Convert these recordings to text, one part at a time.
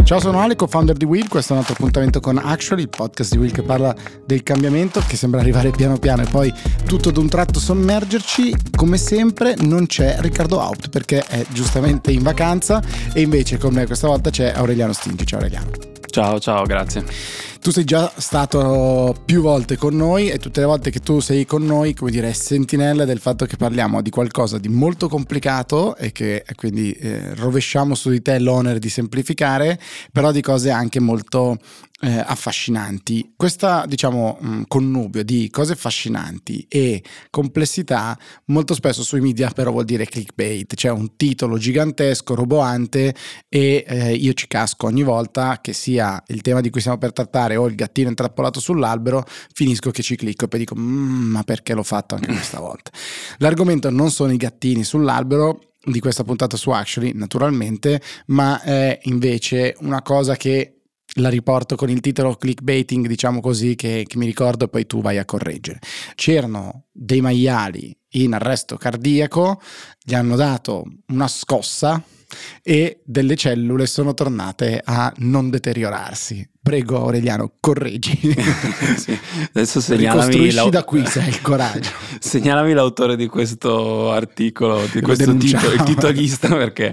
Ciao, sono Ale, co-founder di Will. Questo è un altro appuntamento con Actually, il podcast di Will che parla del cambiamento, che sembra arrivare piano piano e poi tutto d'un tratto sommergerci. Come sempre non c'è Riccardo Haupt perché è giustamente in vacanza, e invece con me questa volta c'è Aureliano Stinchi. Ciao Aureliano. Ciao, grazie. Tu sei già stato più volte con noi e tutte le volte che tu sei con noi, come dire, è sentinella del fatto che parliamo di qualcosa di molto complicato e che quindi rovesciamo su di te l'onere di semplificare, però di cose anche molto affascinanti. Questa, diciamo, connubio di cose affascinanti e complessità molto spesso sui media però vuol dire clickbait, cioè un titolo gigantesco, roboante, e io ci casco ogni volta, che sia il tema di cui stiamo per trattare o il gattino intrappolato sull'albero, finisco che ci clicco e poi dico ma perché l'ho fatto anche questa volta. L'argomento non sono i gattini sull'albero di questa puntata su Actually, naturalmente, ma è invece una cosa che la riporto con il titolo clickbaiting, diciamo così, che mi ricordo e poi tu vai a correggere. C'erano dei maiali in arresto cardiaco, gli hanno dato una scossa e delle cellule sono tornate a non deteriorarsi. Prego Aureliano, correggi. Sì. Adesso ricostruisci da qui se hai il coraggio. Segnalami l'autore di questo articolo, di questo titolo, il titolista, perché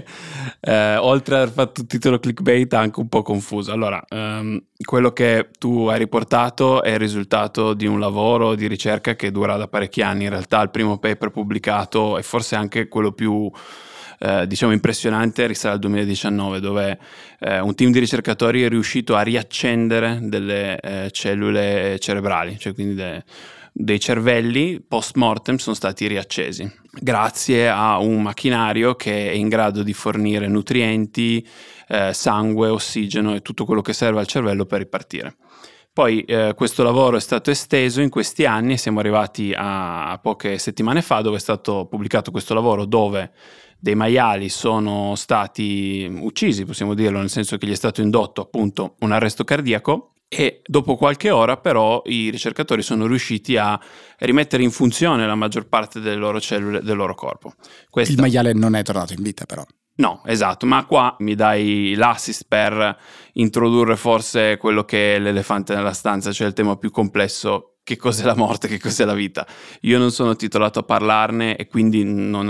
oltre ad aver fatto il titolo clickbait ha anche un po' confuso. Allora, quello che tu hai riportato è il risultato di un lavoro di ricerca che dura da parecchi anni. In realtà il primo paper pubblicato e forse anche quello più diciamo impressionante risale al 2019, dove un team di ricercatori è riuscito a riaccendere delle cellule cerebrali, cioè quindi dei cervelli post mortem sono stati riaccesi grazie a un macchinario che è in grado di fornire nutrienti, sangue, ossigeno e tutto quello che serve al cervello per ripartire. Poi questo lavoro è stato esteso in questi anni e siamo arrivati a poche settimane fa, dove è stato pubblicato questo lavoro dove dei maiali sono stati uccisi, possiamo dirlo, nel senso che gli è stato indotto appunto un arresto cardiaco, e dopo qualche ora però i ricercatori sono riusciti a rimettere in funzione la maggior parte delle loro cellule del loro corpo. Il maiale non è tornato in vita però. No, esatto, ma qua mi dai l'assist per introdurre forse quello che è l'elefante nella stanza, cioè il tema più complesso: che cos'è la morte, che cos'è la vita. Io non sono titolato a parlarne e quindi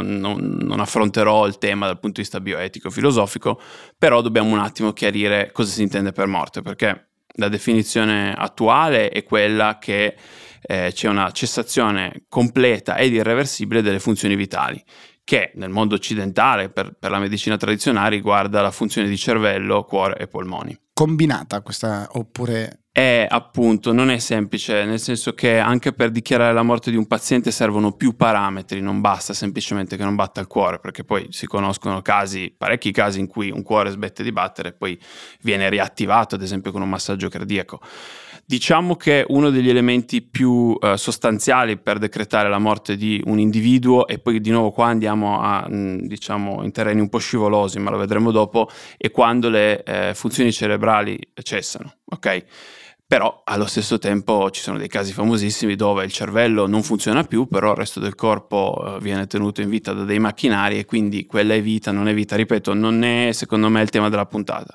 non affronterò il tema dal punto di vista bioetico, filosofico, però dobbiamo un attimo chiarire cosa si intende per morte, perché la definizione attuale è quella che c'è una cessazione completa ed irreversibile delle funzioni vitali, che nel mondo occidentale, per la medicina tradizionale, riguarda la funzione di cervello, cuore e polmoni. Combinata questa, oppure? Appunto, non è semplice, nel senso che anche per dichiarare la morte di un paziente servono più parametri, non basta semplicemente che non batta il cuore, perché poi si conoscono parecchi casi in cui un cuore smette di battere e poi viene riattivato, ad esempio con un massaggio cardiaco. Diciamo che uno degli elementi più sostanziali per decretare la morte di un individuo, e poi di nuovo qua andiamo diciamo in terreni un po' scivolosi, ma lo vedremo dopo, è quando le funzioni cerebrali cessano, ok? Però allo stesso tempo ci sono dei casi famosissimi dove il cervello non funziona più, però il resto del corpo viene tenuto in vita da dei macchinari, e quindi quella è vita, non è vita. Ripeto, non è secondo me il tema della puntata.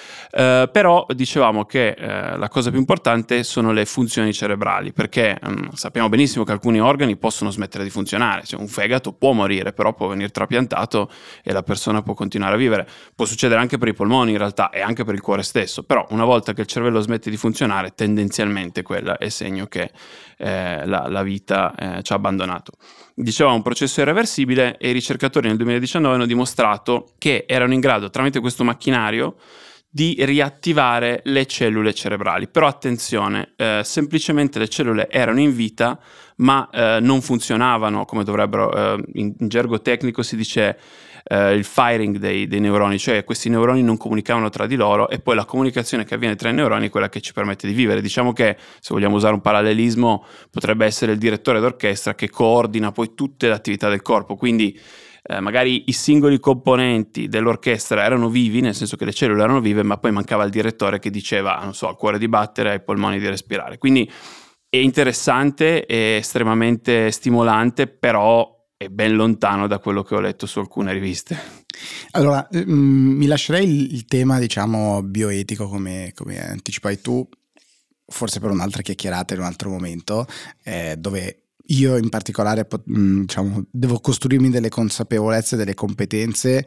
Però dicevamo che la cosa più importante sono le funzioni cerebrali, perché sappiamo benissimo che alcuni organi possono smettere di funzionare, cioè un fegato può morire, però può venire trapiantato e la persona può continuare a vivere. Può succedere anche per i polmoni in realtà, e anche per il cuore stesso, però una volta che il cervello smette di funzionare, tendenzialmente quella è segno che la vita ci ha abbandonato. Dicevamo un processo irreversibile, e i ricercatori nel 2019 hanno dimostrato che erano in grado, tramite questo macchinario, di riattivare le cellule cerebrali. Però attenzione, semplicemente le cellule erano in vita, ma non funzionavano come dovrebbero. In gergo tecnico si dice il firing dei neuroni, cioè questi neuroni non comunicavano tra di loro, e poi la comunicazione che avviene tra i neuroni è quella che ci permette di vivere. Diciamo che, se vogliamo usare un parallelismo, potrebbe essere il direttore d'orchestra che coordina poi tutte le attività del corpo, quindi magari i singoli componenti dell'orchestra erano vivi, nel senso che le cellule erano vive, ma poi mancava il direttore che diceva, non so, al cuore di battere, ai polmoni di respirare. Quindi è interessante, è estremamente stimolante, però è ben lontano da quello che ho letto su alcune riviste. Allora, mi lascerei il tema, diciamo, bioetico, come anticipai tu, forse per un'altra chiacchierata in un altro momento, dove io in particolare diciamo, devo costruirmi delle consapevolezze, delle competenze,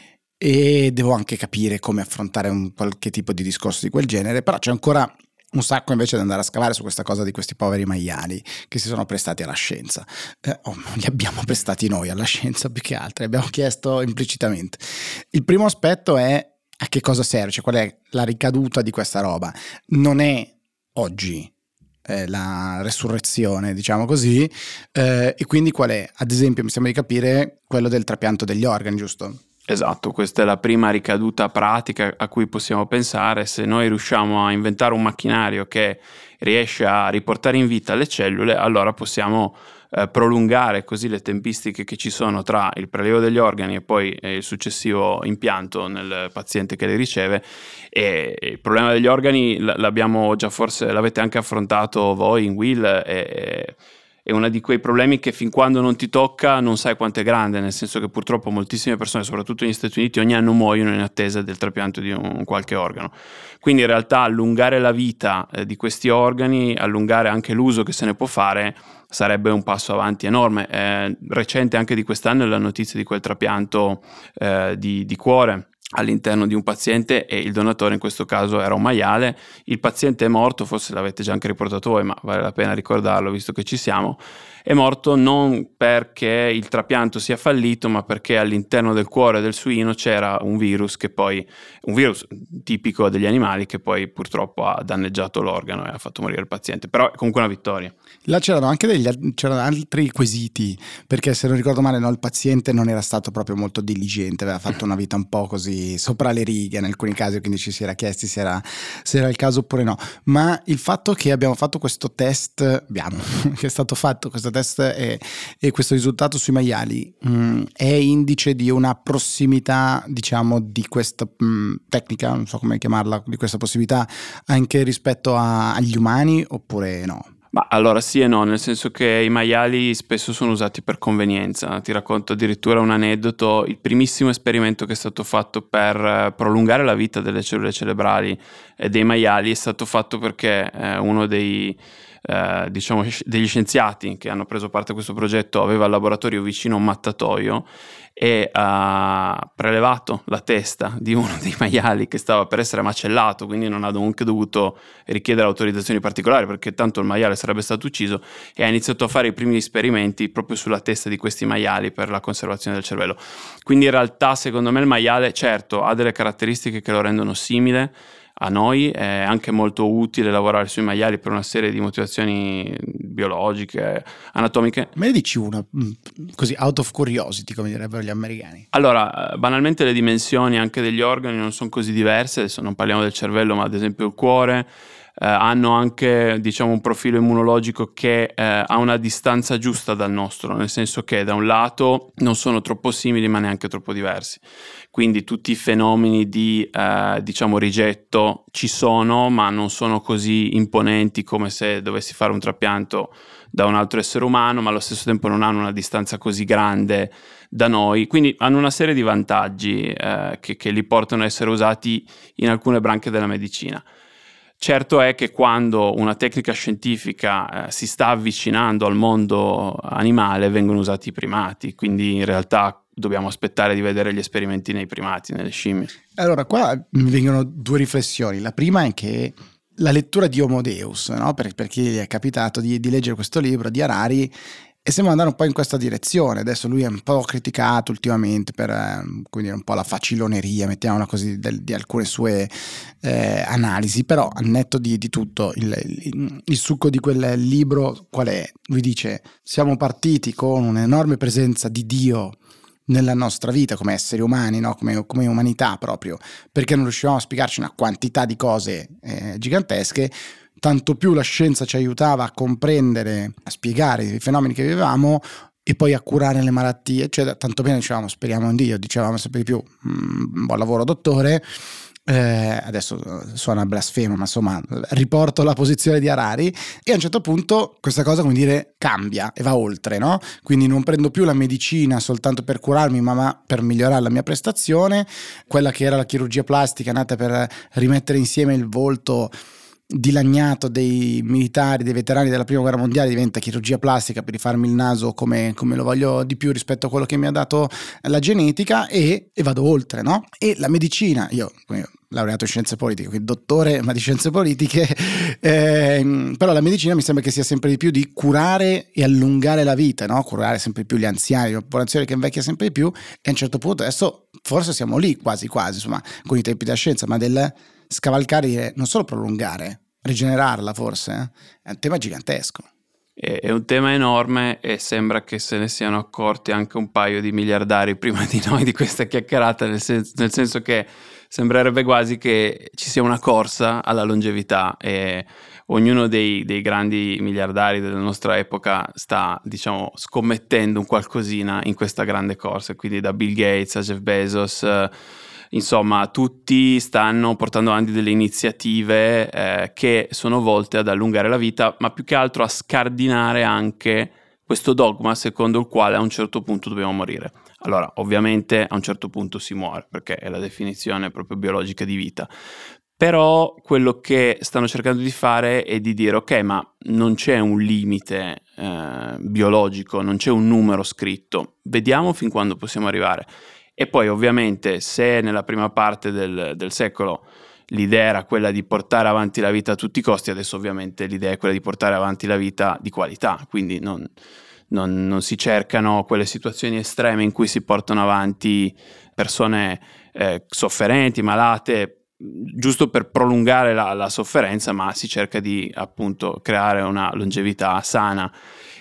e devo anche capire come affrontare un qualche tipo di discorso di quel genere, però c'è ancora un sacco invece da andare a scavare su questa cosa di questi poveri maiali che si sono prestati alla scienza. Li abbiamo prestati noi alla scienza più che altro, li abbiamo chiesto implicitamente. Il primo aspetto è a che cosa serve, cioè qual è la ricaduta di questa roba. Non è oggi la resurrezione, diciamo così, e quindi qual è? Ad esempio, mi sembra di capire quello del trapianto degli organi, giusto? Esatto, questa è la prima ricaduta pratica a cui possiamo pensare. Se noi riusciamo a inventare un macchinario che riesce a riportare in vita le cellule, allora possiamo prolungare così le tempistiche che ci sono tra il prelievo degli organi e poi il successivo impianto nel paziente che le riceve. E il problema degli organi l'abbiamo già, forse l'avete anche affrontato voi in Will, è uno di quei problemi che fin quando non ti tocca non sai quanto è grande, nel senso che purtroppo moltissime persone, soprattutto negli Stati Uniti, ogni anno muoiono in attesa del trapianto di un qualche organo. Quindi in realtà allungare la vita di questi organi, allungare anche l'uso che se ne può fare, sarebbe un passo avanti enorme. Recente anche di quest'anno è la notizia di quel trapianto di cuore all'interno di un paziente, e il donatore in questo caso era un maiale. Il paziente è morto, forse l'avete già anche riportato voi, ma vale la pena ricordarlo visto che ci siamo. È morto non perché il trapianto sia fallito, ma perché all'interno del cuore del suino c'era un virus tipico degli animali, che poi purtroppo ha danneggiato l'organo e ha fatto morire il paziente. Però è comunque una vittoria. Là c'erano anche c'erano altri quesiti, perché se non ricordo male, no, il paziente non era stato proprio molto diligente, aveva fatto una vita un po' così sopra le righe in alcuni casi, quindi ci si era chiesti se era il caso oppure no. Ma il fatto che abbiamo fatto questo test, che è stato fatto questo test e questo risultato sui maiali è indice di una prossimità, diciamo, di questa tecnica, non so come chiamarla, di questa possibilità anche rispetto agli umani, oppure no? Ma allora sì e no, nel senso che i maiali spesso sono usati per convenienza. Ti racconto addirittura un aneddoto: il primissimo esperimento che è stato fatto per prolungare la vita delle cellule cerebrali dei maiali è stato fatto perché uno degli scienziati che hanno preso parte a questo progetto aveva il laboratorio vicino a un mattatoio e ha prelevato la testa di uno dei maiali che stava per essere macellato, quindi non ha neanche dovuto richiedere autorizzazioni particolari perché tanto il maiale sarebbe stato ucciso, e ha iniziato a fare i primi esperimenti proprio sulla testa di questi maiali per la conservazione del cervello. Quindi in realtà secondo me il maiale, certo, ha delle caratteristiche che lo rendono simile a noi, è anche molto utile lavorare sui maiali per una serie di motivazioni biologiche, anatomiche. Me ne dici una, così out of curiosity, come direbbero gli americani? Allora, banalmente le dimensioni anche degli organi non sono così diverse, adesso non parliamo del cervello, ma ad esempio il cuore, hanno anche, diciamo, un profilo immunologico che ha una distanza giusta dal nostro, nel senso che da un lato non sono troppo simili ma neanche troppo diversi, quindi tutti i fenomeni di diciamo rigetto ci sono, ma non sono così imponenti come se dovessi fare un trapianto da un altro essere umano, ma allo stesso tempo non hanno una distanza così grande da noi, quindi hanno una serie di vantaggi che li portano a essere usati in alcune branche della medicina. Certo è che quando una tecnica scientifica si sta avvicinando al mondo animale vengono usati i primati, quindi in realtà dobbiamo aspettare di vedere gli esperimenti nei primati, nelle scimmie. Allora, qua mi vengono due riflessioni. La prima è che la lettura di Homo Deus, no? Per chi gli è capitato di leggere questo libro di Harari, e sembra andare un po' in questa direzione. Adesso lui è un po' criticato ultimamente per quindi un po' la faciloneria, mettiamola così, di alcune sue analisi, però al netto di tutto il succo di quel libro qual è? Lui dice: siamo partiti con un'enorme presenza di Dio nella nostra vita come esseri umani, no? come umanità, proprio perché non riuscivamo a spiegarci una quantità di cose gigantesche. Tanto più la scienza ci aiutava a comprendere, a spiegare i fenomeni che vivevamo e poi a curare le malattie, cioè tanto bene dicevamo speriamo in Dio, dicevamo sempre di più buon lavoro dottore, Adesso suona blasfemo, ma insomma riporto la posizione di Harari, e a un certo punto questa cosa, come dire, cambia e va oltre, no? Quindi non prendo più la medicina soltanto per curarmi, ma per migliorare la mia prestazione. Quella che era la chirurgia plastica, nata per rimettere insieme il volto dilaniato dei militari, dei veterani della prima guerra mondiale, diventa chirurgia plastica per rifarmi il naso come lo voglio di più rispetto a quello che mi ha dato la genetica, e vado oltre, no? E la medicina, io laureato in scienze politiche, quindi dottore ma di scienze politiche, però la medicina mi sembra che sia sempre di più di curare e allungare la vita, no? Curare sempre più gli anziani, la popolazione che invecchia sempre di più, e a un certo punto adesso forse siamo lì quasi insomma, con i tempi della scienza, ma del scavalcare, non solo prolungare, rigenerarla forse, è un tema gigantesco. È un tema enorme e sembra che se ne siano accorti anche un paio di miliardari prima di noi di questa chiacchierata, nel senso che sembrerebbe quasi che ci sia una corsa alla longevità e ognuno dei grandi miliardari della nostra epoca sta, diciamo, scommettendo un qualcosina in questa grande corsa, quindi da Bill Gates a Jeff Bezos, insomma tutti stanno portando avanti delle iniziative che sono volte ad allungare la vita, ma più che altro a scardinare anche questo dogma secondo il quale a un certo punto dobbiamo morire. Allora, ovviamente a un certo punto si muore, perché è la definizione proprio biologica di vita. Però quello che stanno cercando di fare è di dire ok, ma non c'è un limite biologico, non c'è un numero scritto, vediamo fin quando possiamo arrivare. E poi ovviamente se nella prima parte del secolo l'idea era quella di portare avanti la vita a tutti i costi, adesso ovviamente l'idea è quella di portare avanti la vita di qualità, quindi non si cercano quelle situazioni estreme in cui si portano avanti persone sofferenti, malate, giusto per prolungare la sofferenza, ma si cerca di appunto creare una longevità sana.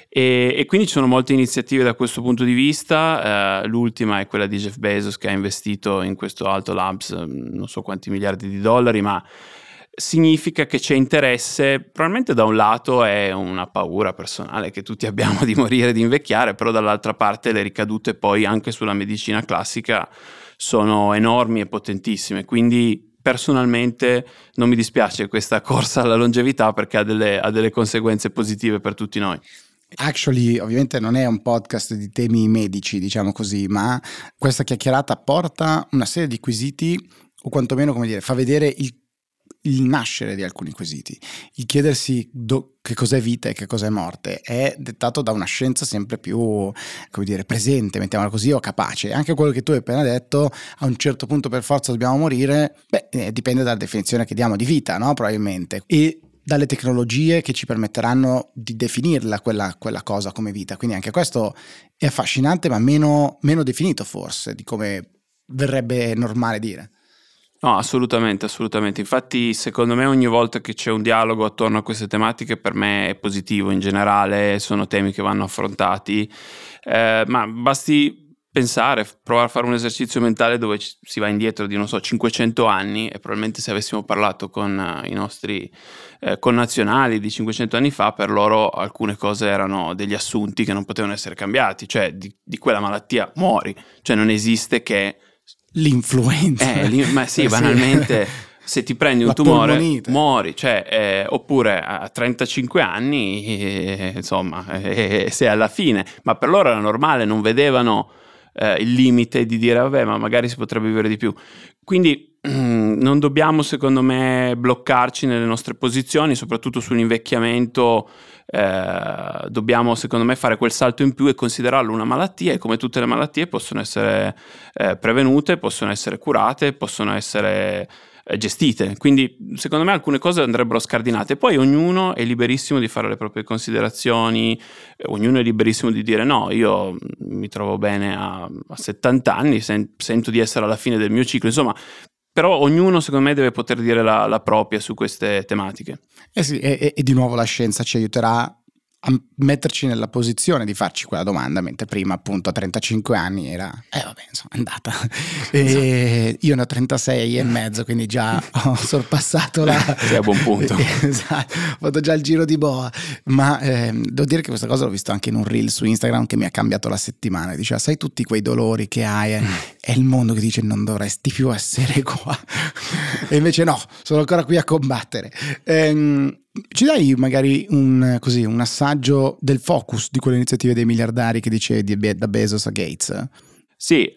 E quindi ci sono molte iniziative da questo punto di vista, l'ultima è quella di Jeff Bezos che ha investito in questo Alto Labs non so quanti miliardi di dollari, ma significa che c'è interesse. Probabilmente da un lato è una paura personale che tutti abbiamo di morire, di invecchiare, però dall'altra parte le ricadute poi anche sulla medicina classica sono enormi e potentissime, quindi personalmente non mi dispiace questa corsa alla longevità perché ha delle conseguenze positive per tutti noi. Actually, ovviamente non è un podcast di temi medici, diciamo così, ma questa chiacchierata porta una serie di quesiti, o quantomeno, come dire, fa vedere il nascere di alcuni quesiti. Il chiedersi che cos'è vita e che cos'è morte è dettato da una scienza sempre più, come dire, presente, mettiamola così, o capace. Anche quello che tu hai appena detto, a un certo punto per forza dobbiamo morire, dipende dalla definizione che diamo di vita, no? Probabilmente. E dalle tecnologie che ci permetteranno di definirla quella cosa come vita. Quindi anche questo è affascinante, ma meno definito forse di come verrebbe normale dire. No, assolutamente. Infatti, secondo me ogni volta che c'è un dialogo attorno a queste tematiche per me è positivo. In generale sono temi che vanno affrontati, ma basti pensare, provare a fare un esercizio mentale dove si va indietro di, non so, 500 anni e probabilmente se avessimo parlato con i nostri connazionali di 500 anni fa, per loro alcune cose erano degli assunti che non potevano essere cambiati, cioè di quella malattia muori, cioè non esiste che l'influenza. Ma sì, banalmente se ti prendi un tumore polmonite, muori, cioè, oppure a 35 anni insomma sei alla fine, ma per loro era normale, non vedevano il limite di dire vabbè, ma magari si potrebbe vivere di più. Quindi non dobbiamo, secondo me, bloccarci nelle nostre posizioni, soprattutto sull'invecchiamento. Dobbiamo, secondo me, fare quel salto in più e considerarlo una malattia, e come tutte le malattie possono essere prevenute, possono essere curate, possono essere gestite. Quindi secondo me alcune cose andrebbero scardinate, poi ognuno è liberissimo di fare le proprie considerazioni, ognuno è liberissimo di dire no, io mi trovo bene a 70 anni, sento di essere alla fine del mio ciclo, insomma. Però ognuno, secondo me, deve poter dire la propria su queste tematiche. Sì, e di nuovo la scienza ci aiuterà a metterci nella posizione di farci quella domanda, mentre prima appunto a 35 anni era vabbè, insomma, è andata. E io ne ho 36 e mezzo, quindi già ho sorpassato sei a buon punto. Esatto, ho fatto già il giro di boa, ma devo dire che questa cosa l'ho visto anche in un reel su Instagram che mi ha cambiato la settimana. Diceva, sai tutti quei dolori che hai, è il mondo che dice non dovresti più essere qua, e invece no, sono ancora qui a combattere. Ci dai magari un assaggio del focus di quelle iniziative dei miliardari che dicevi da Bezos a Gates? Sì,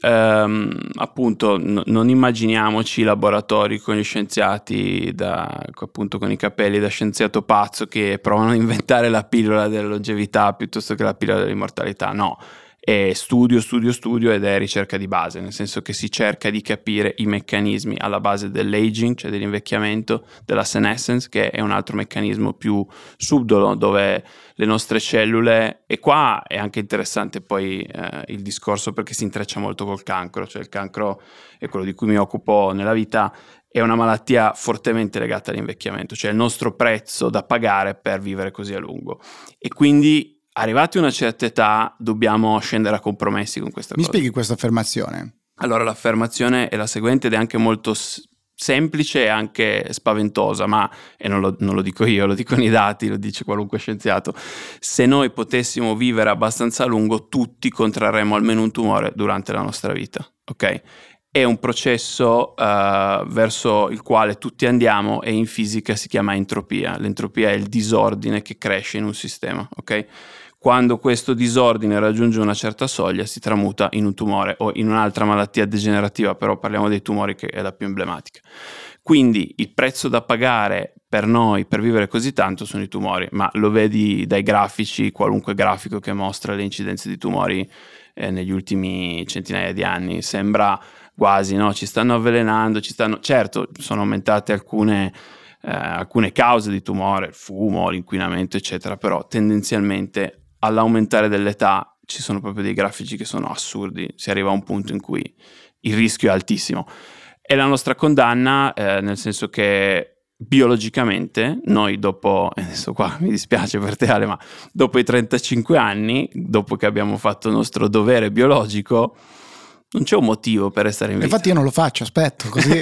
appunto non immaginiamoci laboratori con gli scienziati appunto con i capelli da scienziato pazzo che provano a inventare la pillola della longevità piuttosto che la pillola dell'immortalità, no. È studio ed è ricerca di base, nel senso che si cerca di capire i meccanismi alla base dell'aging, cioè dell'invecchiamento, della senescence, che è un altro meccanismo più subdolo dove le nostre cellule, e qua è anche interessante poi il discorso perché si intreccia molto col cancro, cioè il cancro è quello di cui mi occupo nella vita, è una malattia fortemente legata all'invecchiamento, cioè il nostro prezzo da pagare per vivere così a lungo, e quindi arrivati a una certa età dobbiamo scendere a compromessi con questa cosa. Mi spieghi questa affermazione? Allora, l'affermazione è la seguente ed è anche molto semplice e anche spaventosa, e non lo dico io, lo dicono i dati, lo dice qualunque scienziato. Se noi potessimo vivere abbastanza a lungo, tutti contrarremo almeno un tumore durante la nostra vita, ok? È un processo verso il quale tutti andiamo e in fisica si chiama entropia. L'entropia è il disordine che cresce in un sistema, ok? Quando questo disordine raggiunge una certa soglia si tramuta in un tumore o in un'altra malattia degenerativa, però parliamo dei tumori che è la più emblematica. Quindi il prezzo da pagare per noi per vivere così tanto sono i tumori, ma lo vedi dai grafici, qualunque grafico che mostra le incidenze di tumori negli ultimi centinaia di anni, sembra quasi, no? Ci stanno avvelenando, certo, sono aumentate alcune cause di tumore, il fumo, l'inquinamento, eccetera, però tendenzialmente all'aumentare dell'età ci sono proprio dei grafici che sono assurdi, si arriva a un punto in cui il rischio è altissimo. E la nostra condanna, nel senso che biologicamente noi dopo, adesso qua mi dispiace per te Ale, ma dopo i 35 anni, dopo che abbiamo fatto il nostro dovere biologico, non c'è un motivo per restare in vita. Infatti io non lo faccio, aspetto così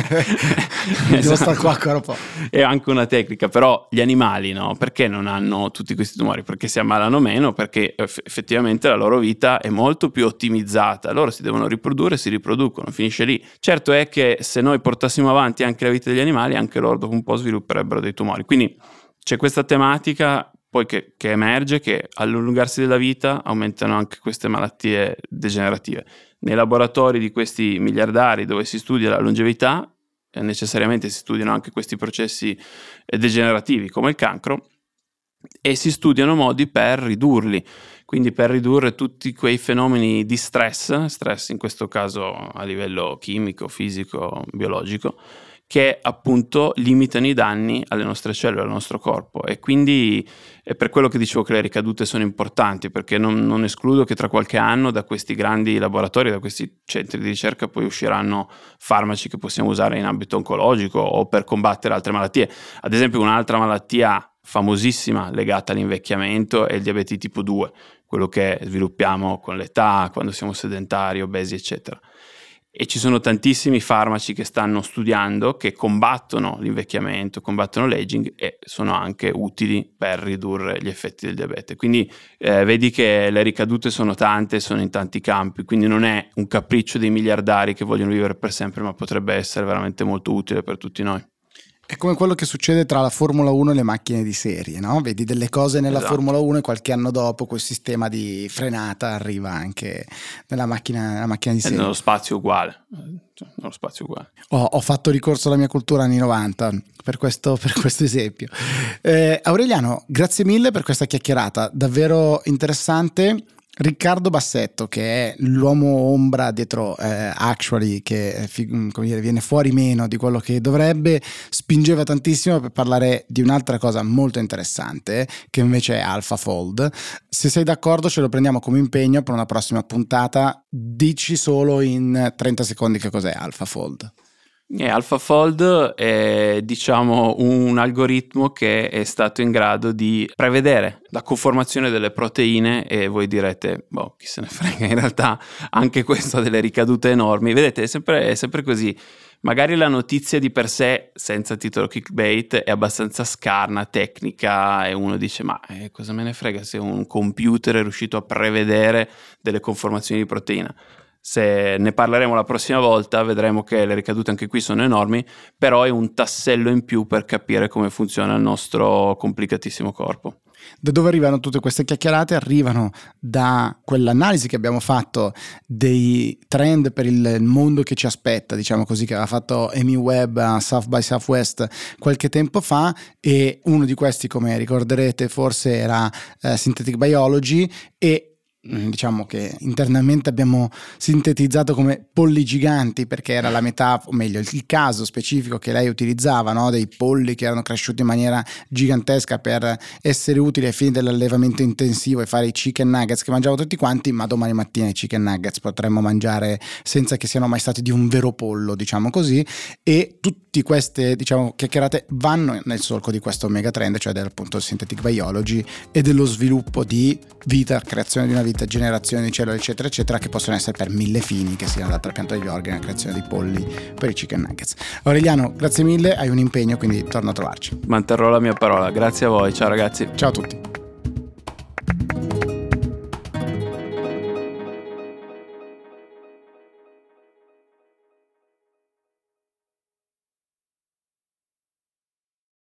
devo stare qua ancora un po'. È anche una tecnica, però gli animali no? Perché non hanno tutti questi tumori? Perché si ammalano meno, perché effettivamente la loro vita è molto più ottimizzata, loro si devono riprodurre, si riproducono, finisce lì. Certo è che se noi portassimo avanti anche la vita degli animali, anche loro dopo un po' svilupperebbero dei tumori, quindi c'è questa tematica poi che emerge, che all'allungarsi della vita aumentano anche queste malattie degenerative. Nei laboratori di questi miliardari dove si studia la longevità, necessariamente si studiano anche questi processi degenerativi come il cancro, e si studiano modi per ridurli, quindi per ridurre tutti quei fenomeni di stress in questo caso a livello chimico, fisico, biologico, che appunto limitano i danni alle nostre cellule, al nostro corpo, e quindi è per quello che dicevo che le ricadute sono importanti, perché non escludo che tra qualche anno da questi grandi laboratori, da questi centri di ricerca poi usciranno farmaci che possiamo usare in ambito oncologico o per combattere altre malattie. Ad esempio un'altra malattia famosissima legata all'invecchiamento è il diabete tipo 2, quello che sviluppiamo con l'età, quando siamo sedentari, obesi, eccetera. E ci sono tantissimi farmaci che stanno studiando, che combattono l'invecchiamento, combattono l'aging e sono anche utili per ridurre gli effetti del diabete. Quindi vedi che le ricadute sono tante, sono in tanti campi, quindi non è un capriccio dei miliardari che vogliono vivere per sempre, ma potrebbe essere veramente molto utile per tutti noi. È come quello che succede tra la Formula 1 e le macchine di serie, no? Vedi delle cose nella Formula 1 e qualche anno dopo quel sistema di frenata arriva anche nella macchina di serie. Nello spazio uguale. Ho fatto ricorso alla mia cultura anni 90 per questo esempio. Aureliano, grazie mille per questa chiacchierata, davvero interessante. Riccardo Bassetto, che è l'uomo ombra dietro Actually, che come dire, viene fuori meno di quello che dovrebbe, spingeva tantissimo per parlare di un'altra cosa molto interessante, che invece è AlphaFold. Se sei d'accordo ce lo prendiamo come impegno per una prossima puntata. Dici solo in 30 secondi che cos'è AlphaFold. AlphaFold è, diciamo, un algoritmo che è stato in grado di prevedere la conformazione delle proteine, e voi direte, boh, chi se ne frega, in realtà anche questo ha delle ricadute enormi. Vedete, è sempre così. Magari la notizia di per sé, senza titolo clickbait, è abbastanza scarna, tecnica, e uno dice, ma cosa me ne frega se un computer è riuscito a prevedere delle conformazioni di proteina. Se ne parleremo la prossima volta, vedremo che le ricadute anche qui sono enormi, però è un tassello in più per capire come funziona il nostro complicatissimo corpo. Da dove arrivano tutte queste chiacchierate? Arrivano da quell'analisi che abbiamo fatto dei trend per il mondo che ci aspetta, diciamo così, che aveva fatto Amy Webb a South by Southwest qualche tempo fa, e uno di questi, come ricorderete, forse era Synthetic Biology, e diciamo che internamente abbiamo sintetizzato come polli giganti, perché era la metà, o meglio il caso specifico che lei utilizzava, no? Dei polli che erano cresciuti in maniera gigantesca per essere utili ai fini dell'allevamento intensivo e fare i chicken nuggets che mangiamo tutti quanti, ma domani mattina i chicken nuggets potremmo mangiare senza che siano mai stati di un vero pollo, diciamo così. E tutte queste, diciamo, chiacchierate vanno nel solco di questo megatrend, cioè appunto il synthetic biology e dello sviluppo di vita, creazione di una vita, generazione di cellule eccetera eccetera, che possono essere per mille fini, che siano dal trapianto degli organi alla creazione di polli per i chicken nuggets. Aureliano, grazie mille, hai un impegno, quindi torna a trovarci. Manterrò la mia parola, grazie a voi, ciao ragazzi. Ciao a tutti.